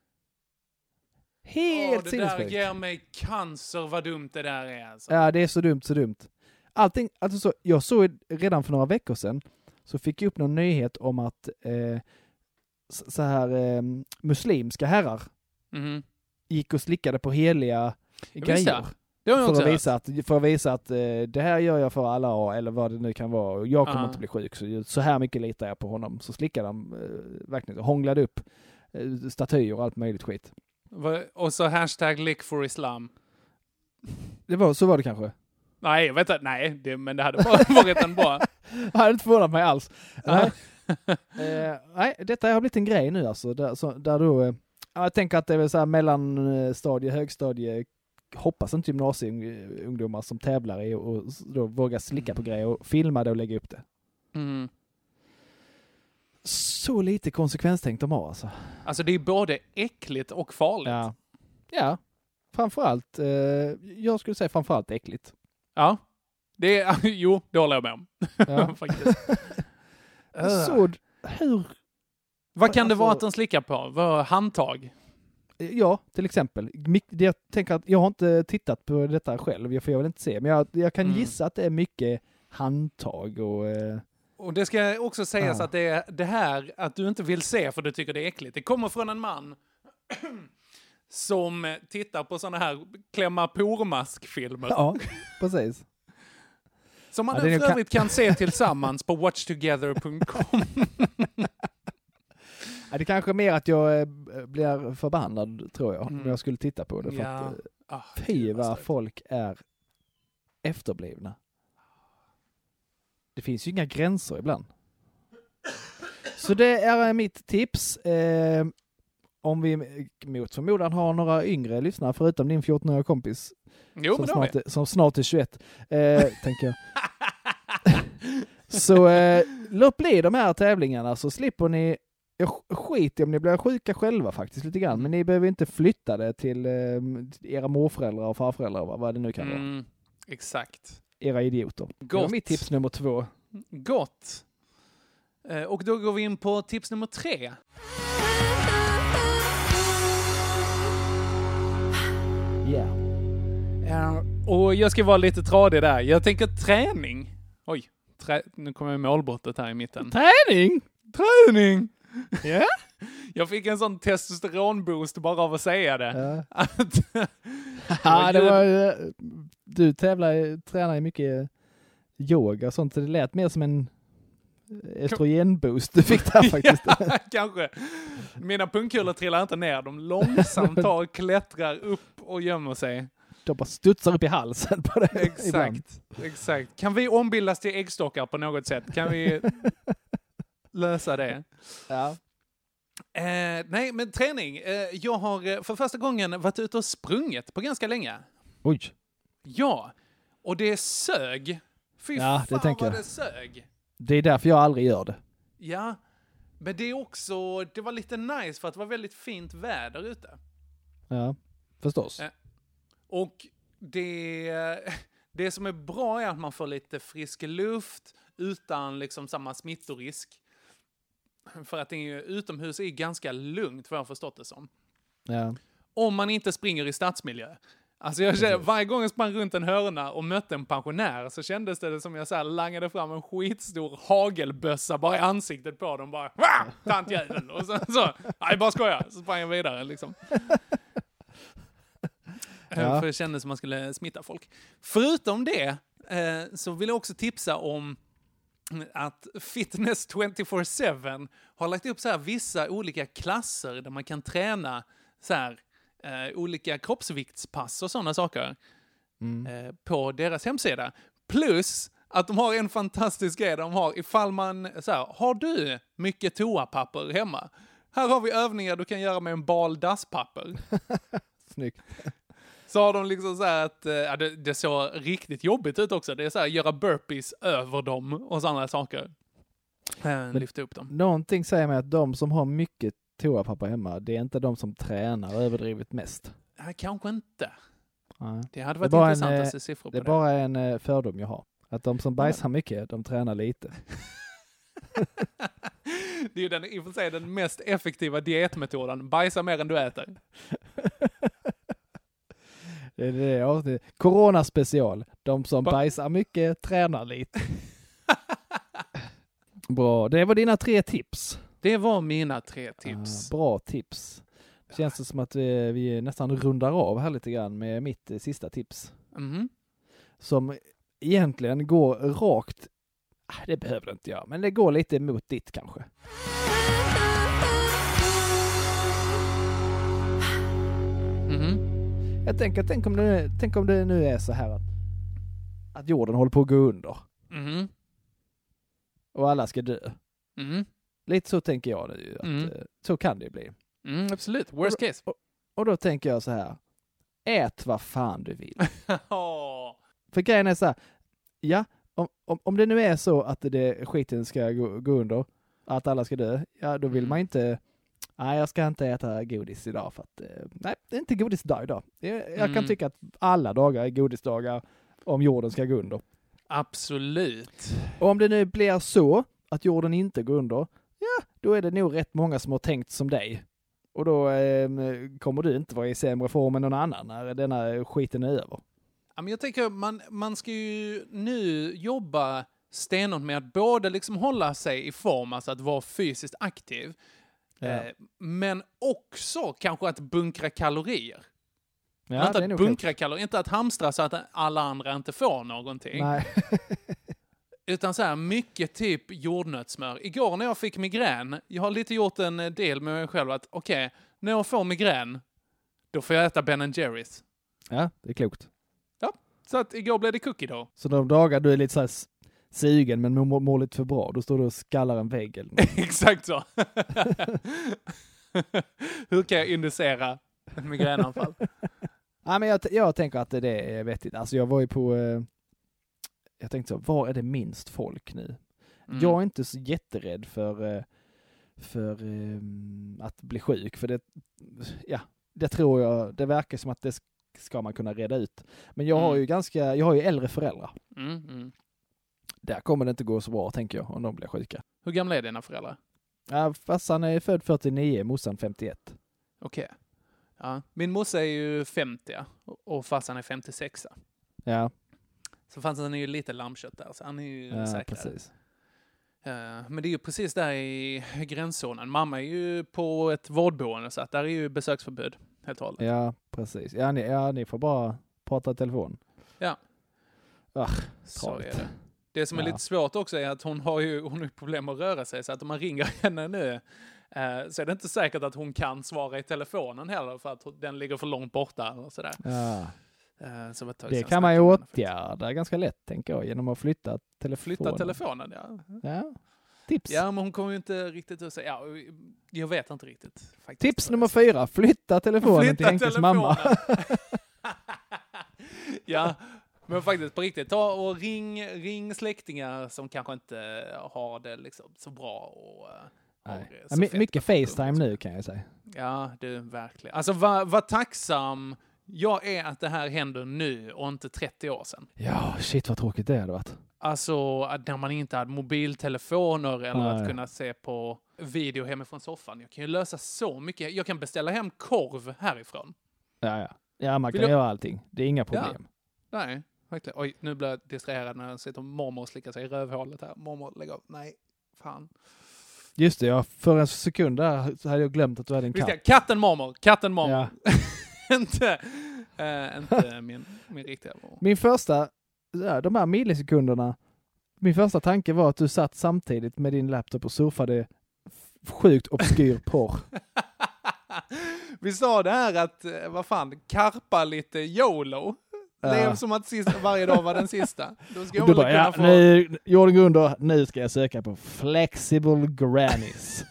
Helt det sinnessjukt. där ger mig cancer, vad dumt det där är. Alltså. Ja, det är så dumt. Allting, alltså så, jag såg redan för några veckor sedan så fick jag upp någon nyhet om att så här muslimska herrar gick och slickade på heliga grejer. För att visa att det här gör jag för alla eller vad det nu kan vara. Och jag kommer inte bli sjuk. Så här mycket litar jag på honom. Så slickade de verkligen. Hånglade upp statyer och allt möjligt skit. Och så #lick4islam. Så var det kanske. Nej, jag vet inte. Nej, men det hade bara varit en bra. Jag hade inte förvånat mig alls. Nej, detta har blivit en grej nu alltså. Där då, jag tänker att det är väl så här mellanstadie, högstadie, hoppas inte gymnasieungdomar som tävlar i och då vågar slicka på grejer och filma det och lägga upp det. Mm. Så lite konsekvenstänkt de har alltså. Alltså det är både äckligt och farligt. Ja. Framförallt, jag skulle säga framförallt äckligt. Ja, det håller jag med om. Ja. Faktiskt. Så hur... Vad kan det vara att de slickar på? Vad handtag? Ja, till exempel. Jag tänker att jag har inte tittat på detta själv, för jag vill inte se. Men jag kan gissa att det är mycket handtag och det ska också sägas att det är det här att du inte vill se för du tycker det är äckligt. Det kommer från en man som tittar på såna här klämma pormaskfilmer. Ja, precis. Som man för övrigt kan se tillsammans på watchtogether.com. Det är kanske mer att jag blir förbannad, tror jag, när jag skulle titta på det. För att vad folk är efterblivna. Det finns ju inga gränser ibland. Så det är mitt tips. Om vi mot förmodan har några yngre lyssnare, förutom din 14-åriga kompis som snart är 21, tänker jag. Så låt bli de här tävlingarna så slipper ni skit om ni blir sjuka själva faktiskt lite grann. Men ni behöver inte flytta det till era morföräldrar och farföräldrar, vad det nu kan vara. Exakt. Era idioter. Gott. Det var mitt tips nummer 2. Gott. Och då går vi in på tips nummer 3. Yeah. Och jag ska vara lite tradig där. Jag tänker träning. Oj, nu kommer jag målbrottet här i mitten. Träning! Ja? Jag fick en sån testosteronboost bara av att säga det. Du tränar ju mycket yoga och sånt, så det lät mer som en estrogenboost du fick där faktiskt. Ja, kanske. Mina pungkulor trillar inte ner. De långsamt klättrar upp och gömmer sig. De bara studsar upp i halsen på det. Exakt. Kan vi ombildas till äggstockar på något sätt? Kan vi lösa det? Ja. Nej, men träning. Jag har för första gången varit ute och sprungit på ganska länge. Oj. Ja, och det sög. Fy fan det tänker vad jag. Det sög. Det är därför jag aldrig gör det. Ja, men det var lite nice för att det var väldigt fint väder ute. Ja, förstås. Och det som är bra är att man får lite frisk luft utan liksom samma smittorisk. För att utomhus är ganska lugnt, vad jag har förstått det som. Ja. Om man inte springer i stadsmiljö. Alltså varje gång jag sprang runt en hörna och mötte en pensionär så kändes det som jag så här langade fram en skitstor hagelbössa bara i ansiktet på dem. Bara, tantjäveln! Och så, nej bara skoja. Så sprang jag vidare liksom. För det kändes som man skulle smitta folk. Förutom det så vill jag också tipsa om att Fitness 24/7 har lagt upp så här vissa olika klasser där man kan träna så här olika kroppsviktspass och sådana saker på deras hemsida. Plus att de har en fantastisk grej de har ifall man så här, har du mycket toapapper hemma? Här har vi övningar du kan göra med en bal dasspapper. Snyggt. Så har de liksom så här att det såg riktigt jobbigt ut också. Det är så här göra burpees över dem och sådana saker. Lyfta upp dem. Någonting säger mig att de som har mycket toapapper hemma, det är inte de som tränar överdrivet mest. Kanske inte. Ja. Det hade varit intressant att se siffror på det. Det är bara en fördom jag har. Att de som bajsar mycket, de tränar lite. Det är ju i och för sig den mest effektiva dietmetoden. Bajsa mer än du äter. Det är det avsnitt. Corona special. De som bajsar mycket tränar lite. Bra. Det var dina 3 tips. Det var mina 3 tips. Bra tips. Det känns som att vi nästan rundar av här lite grann med mitt sista tips. Som egentligen går rakt, det behöver det inte göra, men det går lite emot ditt kanske. Jag tänker, tänk om det nu är så här att jorden håller på att gå under. Och alla ska dö. Lite så tänker jag nu, att så kan det bli. Absolut, worst case. Och då tänker jag så här, ät vad fan du vill. För grejen är så här, ja, om det nu är så att skiten ska gå under, att alla ska dö, ja då vill man inte, nej jag ska inte äta godis idag för att, nej det är inte godisdag idag. Jag kan tycka att alla dagar är godisdagar om jorden ska gå under. Absolut. Och om det nu blir så att jorden inte går under, ja då är det nog rätt många som har tänkt som dig. Och då kommer du inte vara i sämre form än någon annan när denna skiten är över. Ja, men jag tänker man ska ju nu jobba stenhårt med att både liksom hålla sig i form, alltså att vara fysiskt aktiv, men också kanske att bunkra kalorier. Ja, inte att bunkra kalorier, inte att hamstra så att alla andra inte får någonting. Nej. Utan så här mycket typ jordnötssmör. Igår när jag fick migrän, jag har lite gjort en del med mig själv att okej, när jag får migrän, då får jag äta Ben & Jerry's. Ja, det är klokt. Ja, så att igår blev det cookie då. Så de dagar du är lite så här sugen men mår lite för bra, då står du och skallar en vägg eller något. Exakt så. Hur kan jag inducera ett migränanfall? Ja, men jag tänker att det är vettigt. Alltså jag var ju på... jag tänkte så, var är det minst folk nu? Jag är inte så jätterädd för att bli sjuk. För det tror jag, det verkar som att det ska man kunna reda ut. Men jag har ju äldre föräldrar. Där kommer det inte gå så bra, tänker jag, om de blir sjuka. Hur gamla är dina föräldrar? Ja, farsan är född 49, morsan 51. Okej. Ja, min morsa är ju 50 och farsan är 56. Ja. Så farsan är ju lite lammkött där, så han är ju säkrare. Precis. Men det är ju precis där i gränszonen. Mamma är ju på ett vårdboende, så att där är ju besöksförbud helt och hållet. Ja, precis. Ja, ni får bara prata i telefon. Ja. Så är det. Det som är lite svårt också är att hon har problem att röra sig, så att om man ringer henne nu så är det inte säkert att hon kan svara i telefonen heller för att den ligger för långt borta och sådär. Ja. Så det kan man ju åtgärda ganska lätt, tänker jag, genom att flytta telefonen. Flytta telefonen, ja. Tips. Ja, men hon kommer ju inte riktigt att säga. Ja, jag vet inte riktigt. Faktiskt. Tips nummer 4. Flytta telefonen till Henkes mamma. Ja, men faktiskt på riktigt. Ta och ring släktingar som kanske inte har det liksom så bra. Och mycket FaceTime nu, kan jag säga. Ja, det verkligen. Alltså var tacksam jag är att det här händer nu och inte 30 år sedan. Ja, shit vad tråkigt det hade varit. Alltså, när man inte hade mobiltelefoner eller att kunna se på video hemifrån soffan. Jag kan ju lösa så mycket. Jag kan beställa hem korv härifrån. Ja, man kan göra allting. Det är inga problem. Ja. Nej, verkligen. Oj, nu blir jag distraherad när jag sitter mormor och slickar sig i rövhålet här. Mormor, lägg av. Nej, fan. Just det, för en sekund där så hade jag glömt att du hade en katt. Katten mormor. Ja. inte min riktiga mormor. Min första, de här millisekunderna, min första tanke var att du satt samtidigt med din laptop och surfade sjukt obskyr porr. Vi sa det här att, karpa lite YOLO. Det är som att varje dag var den sista. Då ska jag bara, nu, jorden går under, nu ska jag söka på flexible grannies.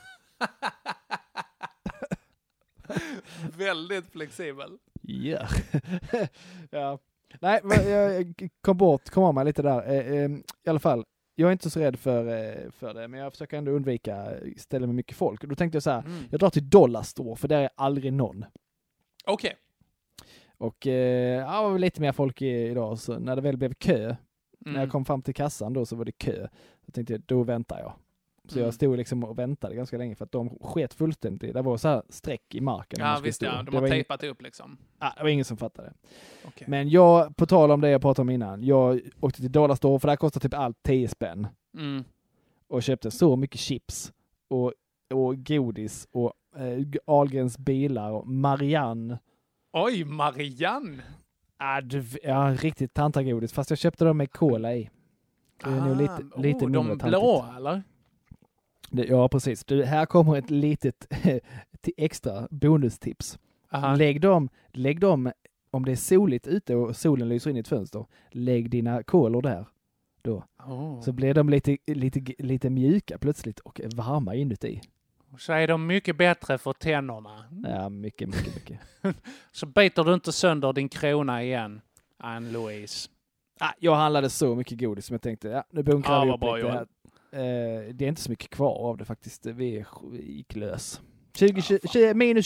Väldigt flexibel. Yeah. Ja. Nej, jag kom av mig lite där. I alla fall, jag är inte så rädd för det, men jag försöker ändå undvika ställen med mycket folk. Och då tänkte jag så här, jag drar till Dollarstore, för där är aldrig någon. Okej. Och det var lite mer folk idag, så när det väl blev kö, när jag kom fram till kassan då, så var det kö. Då tänkte jag, då väntar jag. Så jag stod liksom och väntade ganska länge för att de sket fullständigt. Det var så här streck i marken. Ja, visst ja. De har tejpat upp liksom. Det var ingen som fattade. Okay. Men jag, på tal om det jag pratade om innan, jag åkte till Dollarstore, för där kostar typ allt 10 spänn. Och köpte så mycket chips och godis och Ahlgrens bilar och Marianne. Oj, Marianne! Ja, riktigt tantagodis. Fast jag köpte dem med cola i. Det är nog lite mindre de blå, eller? Ja, precis. Här kommer ett litet extra bonustips. Aha. Lägg dem, om det är soligt ute och solen lyser in i ett fönster, lägg dina kolor där. Då. Så blir de lite mjuka plötsligt och varma inuti. Så är de mycket bättre för tänderna. Ja, mycket. Så biter du inte sönder din krona igen, Ann-Louise. Jag handlade så mycket godis som jag tänkte, nu bunkrar vi upp lite här. Det är inte så mycket kvar av det faktiskt. Vi är skiklös. Minus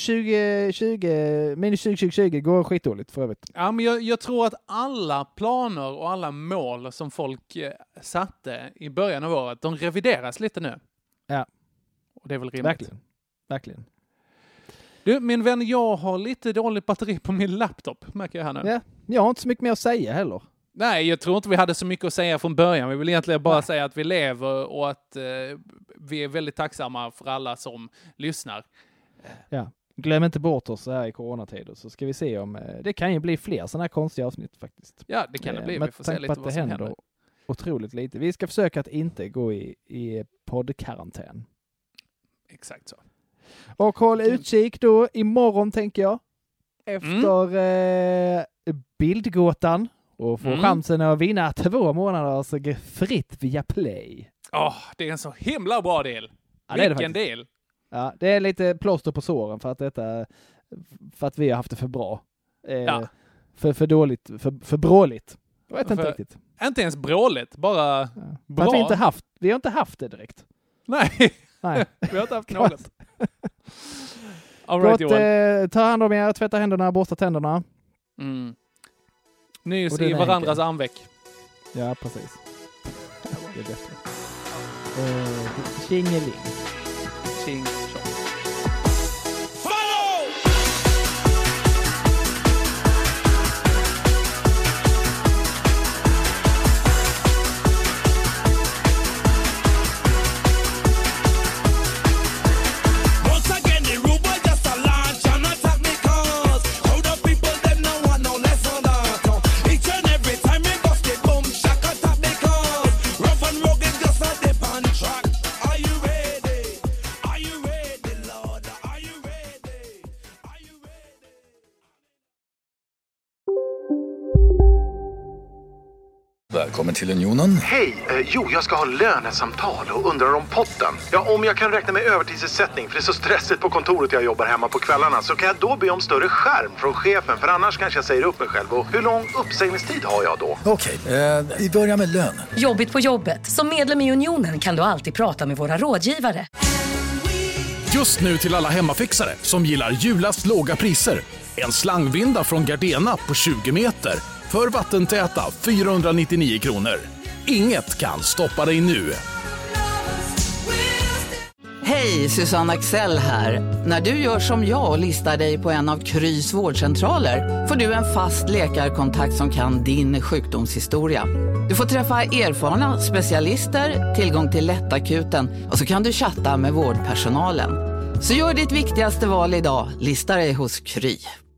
2020 går skitdåligt för övrigt. Ja, men jag tror att alla planer och alla mål som folk satte i början av året, de revideras lite nu. Ja. Och det är väl rimligt. Verkligen. Du, min vän, jag har lite dåligt batteri på min laptop, märker jag här nu. Ja, jag har inte så mycket mer att säga heller. Nej, jag tror inte vi hade så mycket att säga från början. Vi vill egentligen bara säga att vi lever och att vi är väldigt tacksamma för alla som lyssnar. Ja, glöm inte bort oss här i coronatider, så ska vi se om det kan ju bli fler sådana här konstiga avsnitt faktiskt. Ja, det kan det bli. Vi får se lite vad som händer. Otroligt lite. Vi ska försöka att inte gå i poddkarantän. Exakt så. Och håll utkik då imorgon, tänker jag. Efter Bildgåtan. Och få chansen att vinna 2 månader fritt via Play. Det är en så himla bra del. Ja, vilken del. Ja, det är lite plåster på såren för att vi har haft det för bra. För dåligt, för bråligt. Jag vet inte riktigt. Inte ens bråligt, bara bra. För att vi har inte haft det direkt. Nej. Vi har inte haft något. Gott, ta hand om er, tvätta händerna, borsta tänderna. Nys i varandras armveck. Ja, precis. Det är bättre. Tjingeling. Tjing. Välkommen till Unionen. Hej, jag ska ha lönesamtal och undrar om potten. Ja, om jag kan räkna med övertidsersättning för det är så stressigt på kontoret jag jobbar hemma på kvällarna, så kan jag då be om större skärm från chefen, för annars kanske jag säger upp mig själv. Och hur lång uppsägningstid har jag då? Okej, vi börjar med lön. Jobbigt på jobbet. Som medlem i Unionen kan du alltid prata med våra rådgivare. Just nu till alla hemmafixare som gillar Julas låga priser. En slangvinda från Gardena på 20 meter. För vattentäta 499 kronor. Inget kan stoppa dig nu. Hej, Susanne Axel här. När du gör som jag och listar dig på en av Krys vårdcentraler får du en fast läkarkontakt som kan din sjukdomshistoria. Du får träffa erfarna specialister, tillgång till lättakuten och så kan du chatta med vårdpersonalen. Så gör ditt viktigaste val idag, lista dig hos Kry.